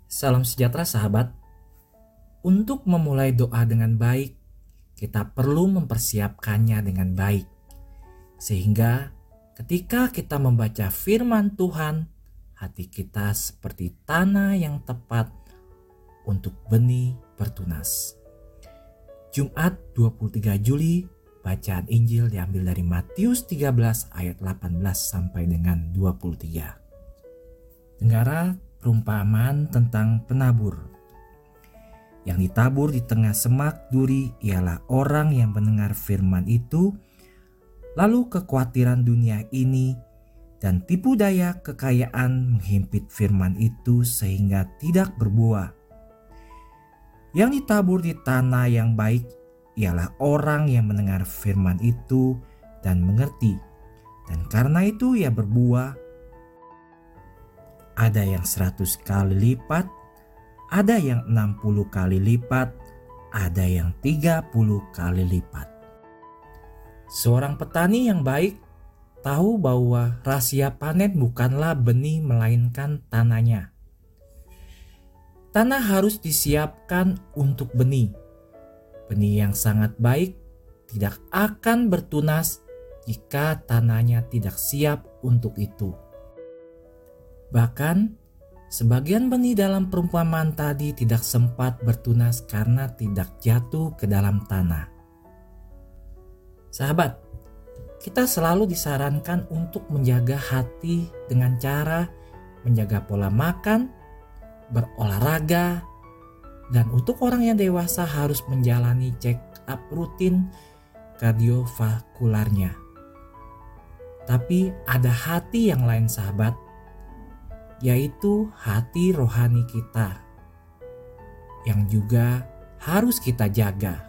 Salam sejahtera sahabat. Untuk memulai doa dengan baik, kita perlu mempersiapkannya dengan baik. Sehingga ketika kita membaca firman Tuhan, hati kita seperti tanah yang tepat untuk benih bertunas. Jumat 23 Juli, bacaan Injil diambil dari Matius 13 ayat 18 sampai dengan 23. Dengarlah perumpamaan tentang penabur. Yang ditabur di tengah semak duri ialah orang yang mendengar firman itu, lalu kekhawatiran dunia ini dan tipu daya kekayaan menghimpit firman itu sehingga tidak berbuah. Yang ditabur di tanah yang baik ialah orang yang mendengar firman itu dan mengerti, dan karena itu ia berbuah. Ada yang 100 kali lipat, ada yang 60 kali lipat, ada yang 30 kali lipat. Seorang petani yang baik tahu bahwa rahasia panen bukanlah benih melainkan tanahnya. Tanah harus disiapkan untuk benih. Benih yang sangat baik tidak akan bertunas jika tanahnya tidak siap untuk itu. Bahkan, sebagian benih dalam perumpamaan tadi tidak sempat bertunas karena tidak jatuh ke dalam tanah. Sahabat, kita selalu disarankan untuk menjaga hati dengan cara menjaga pola makan, berolahraga, dan untuk orang yang dewasa harus menjalani check up rutin kardiovaskularnya. Tapi ada hati yang lain sahabat, yaitu hati rohani kita yang juga harus kita jaga.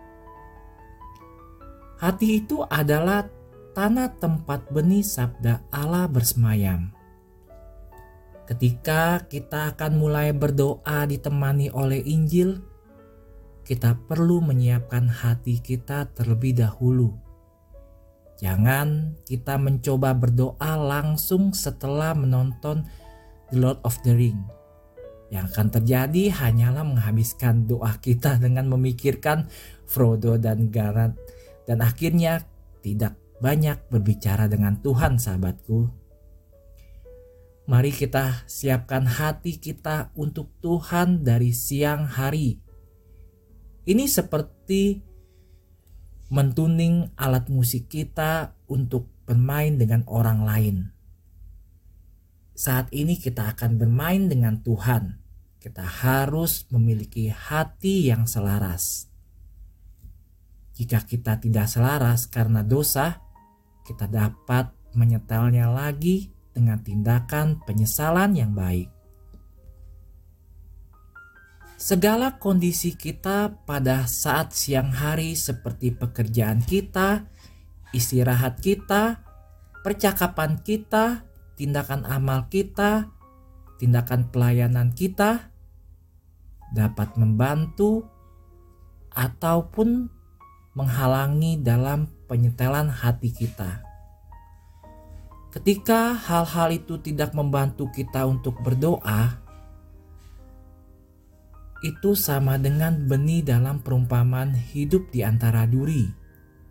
Hati itu adalah tanah tempat benih sabda Allah bersemayam. Ketika kita akan mulai berdoa ditemani oleh Injil, kita perlu menyiapkan hati kita terlebih dahulu. Jangan kita mencoba berdoa langsung setelah menonton The Lord of the Ring. Yang akan terjadi hanyalah menghabiskan doa kita dengan memikirkan Frodo dan Gandalf dan akhirnya tidak banyak berbicara dengan Tuhan, sahabatku. Mari kita siapkan hati kita untuk Tuhan dari siang hari. Ini seperti mentuning alat musik kita untuk bermain dengan orang lain. Saat ini kita akan bermain dengan Tuhan. Kita harus memiliki hati yang selaras. Jika kita tidak selaras karena dosa, kita dapat menyetelnya lagi dengan tindakan penyesalan yang baik. Segala kondisi kita pada saat siang hari seperti pekerjaan kita, istirahat kita, percakapan kita, tindakan amal kita, tindakan pelayanan kita dapat membantu ataupun menghalangi dalam penyetelan hati kita. Ketika hal-hal itu tidak membantu kita untuk berdoa, itu sama dengan benih dalam perumpamaan hidup di antara duri.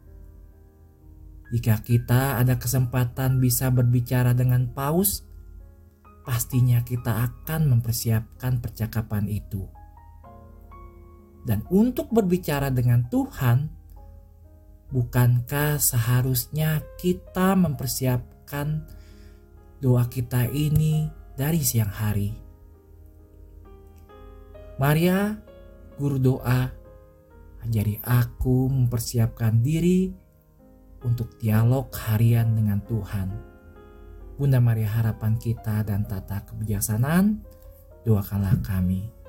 Jika kita ada kesempatan bisa berbicara dengan paus, pastinya kita akan mempersiapkan percakapan itu. Dan untuk berbicara dengan Tuhan, bukankah seharusnya kita mempersiapkan doa kita ini dari siang hari? Maria, guru doa, ajari aku mempersiapkan diri untuk dialog harian dengan Tuhan. Bunda Maria harapan kita dan tata kebijaksanaan, doakanlah kami.